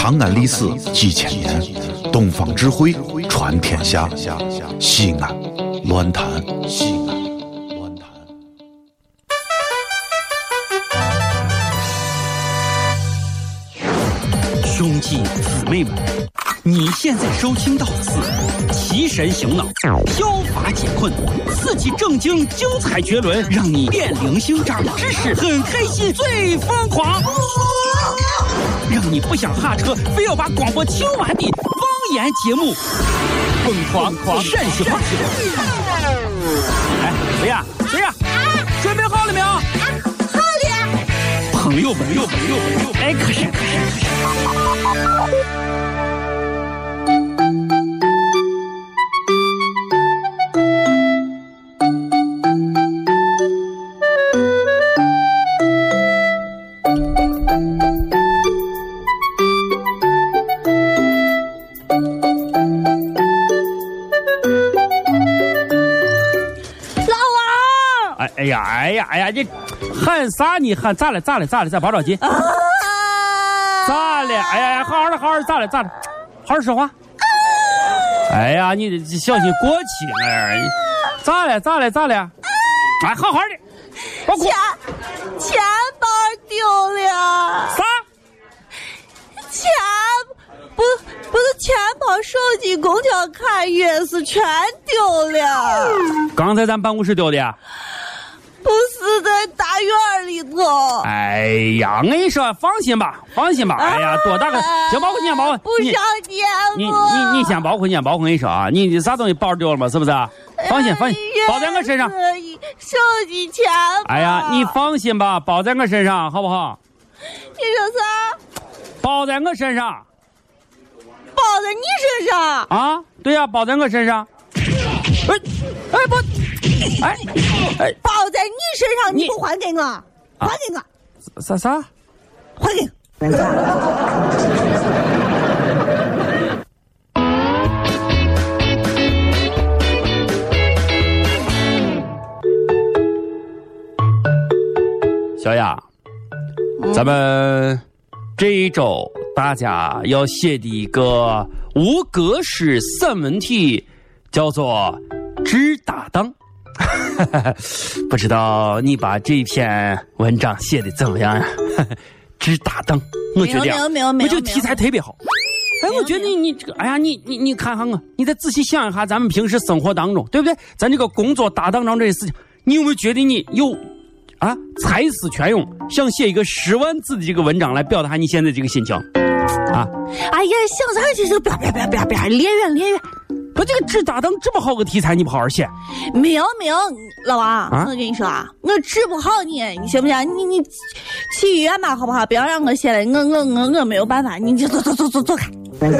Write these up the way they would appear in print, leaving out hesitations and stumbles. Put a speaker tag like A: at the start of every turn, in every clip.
A: 长安历史几千年，东方智慧传天下。西安乱谈。西安乱谈。
B: 兄弟姊妹们，你现在收听到的是提神醒脑、消乏解困、刺激正经、精彩绝伦，让你变灵性、长知识、很开心、最疯狂，让你不想下车，非要把广播听完的方言节目，疯狂陕西话。哎，谁呀？准备好了没有？
C: 好了。
B: 朋友们，哎，可是。哎呀，你喊啥？你喊咋了？再别着急。咋了？哎呀，好好的，咋了？好好说话。哎呀，你小心过期了。咋了？哎，好好的。
C: 钱包丢了。
B: 啥？
C: 钱不是钱包、手机、公交卡、钥匙全丢了。
B: 刚才咱办公室丢的呀？
C: 不是在大院里头。
B: 哎呀，我跟你说，放心吧。哎呀，多大个，先保护。
C: 不上节目。
B: 你先保护。我跟你说啊，你啥东西包丢了吗？是不是？放心，包在我身上。
C: 手机、钱包。
B: 哎呀，你放心吧，包在我身上，好不好？
C: 你说啥？
B: 包在我身上。
C: 包在你身上？
B: 啊，对呀，包在我身上。不。哎，
C: 包在你身上，你不还给我？还给我？
B: 啥？
C: 还给我。
B: 小雅，咱们这一周大家要写的一个无格式散文体，叫做《知搭档》。不知道你把这篇文章写的怎么样呀？知搭档，我觉得
C: 没有，
B: 我觉得题材特别好。哎，我觉得你这个，哎呀，你看看我，你再仔细想一下，咱们平时生活当中，对不对？咱这个工作搭档上这些事情，你有没有觉得你有才思泉涌，想写一个10万字的这个文章来表达你现在这个心情啊？
C: 哎呀，想啥这是别，离远。
B: 不，这个知搭档这么好个题材，你不好好写？
C: 没有，老王，我跟你说啊，我治不好你行不行？你去医院吧，好不好？不要让我写了，我没有办法，你就走开。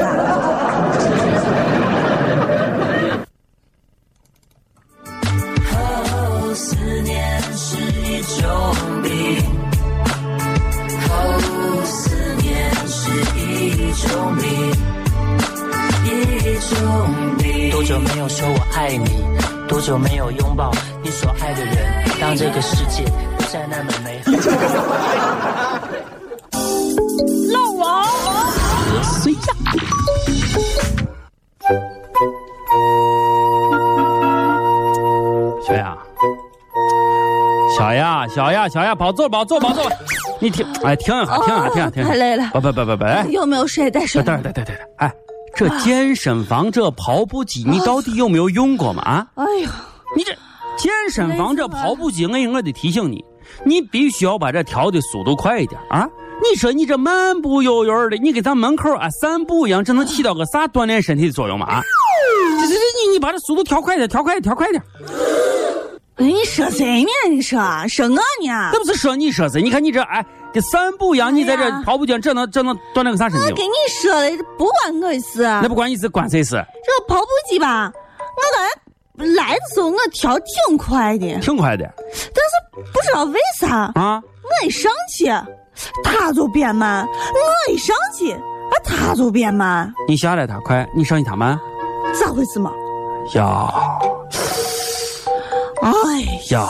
D: 思念是一种病，思念是一种病。多久没有说我爱你？多久没有拥抱你所爱的人？当这个世界不再那么美好。
C: 老王，
B: 谁呀？小雅，保坐。你停一下。
C: 太累了。
B: 不，
C: 有没有水？再睡。
B: 对。哎，这健身房这跑步机，你到底有没有用过嘛？啊？
C: 哎呀，
B: 你这健身房这跑步机，我得提醒你，你必须要把这调的速度快一点啊！你说你这慢步悠悠的，你跟咱门口散步一样，这能起到个啥锻炼身体的作用吗？啊？你把这速度调快点。
C: 你说谁呢？你说我呢？
B: 这不是说你说谁？你看你这跟散步一样，你在这跑步机，这能锻炼个啥身体？
C: 我跟你说了，不关我事。
B: 那不关你事，关谁事？
C: 这跑步机吧，我刚才来的时候我调挺快的，
B: 但是
C: 不知道为啥
B: 啊，
C: 我一上去他就变慢，我一上去他就变慢。
B: 你下来他快，你上去他慢，
C: 咋回事嘛？
B: 呀，
C: 哎
B: 呀。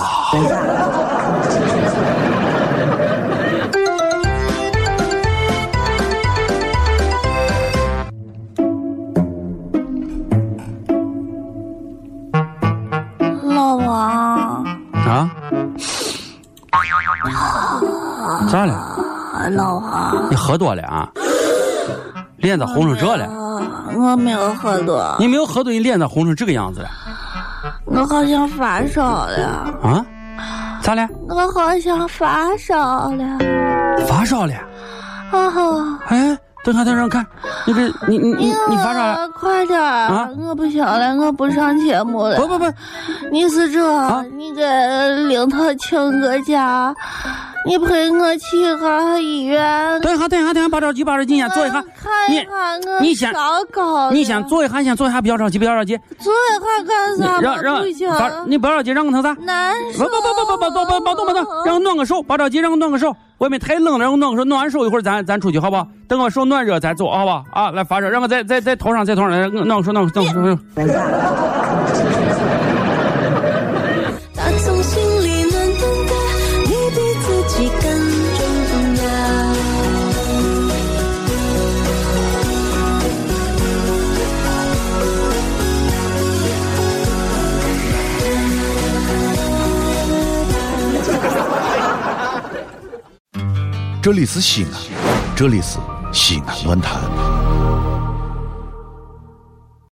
C: 老王。
B: 你喝多了啊？脸咋红成这了？
C: 我没有喝多。
B: 你没有喝多，你脸咋红成这个样子了？
C: 我好像发烧了。
B: 啊？咋了？
C: 我好像发烧了。
B: 发烧了？
C: 啊！
B: 哎，等看，你发烧了？
C: 快点啊！我不行了，我不上节目了。
B: 不，
C: 你是这，你给领导请个假，你陪我去医院。
B: 等一下，别着急，你先坐一下。你先坐一下，不要着急。
C: 坐一下干啥？
B: 你不要着急，让我疼啥？
C: 难受。
B: 别动，让我暖个手，别着急，让我暖个手。外面太冷了，让我暖个手，暖完手一会儿咱出去好不好？等我手暖热再走好不好？啊，来发热，让我在头上，来暖个手。
E: 打从心里暖暖的，你比自己更重要。
A: 这里是西安，这里是西安论坛。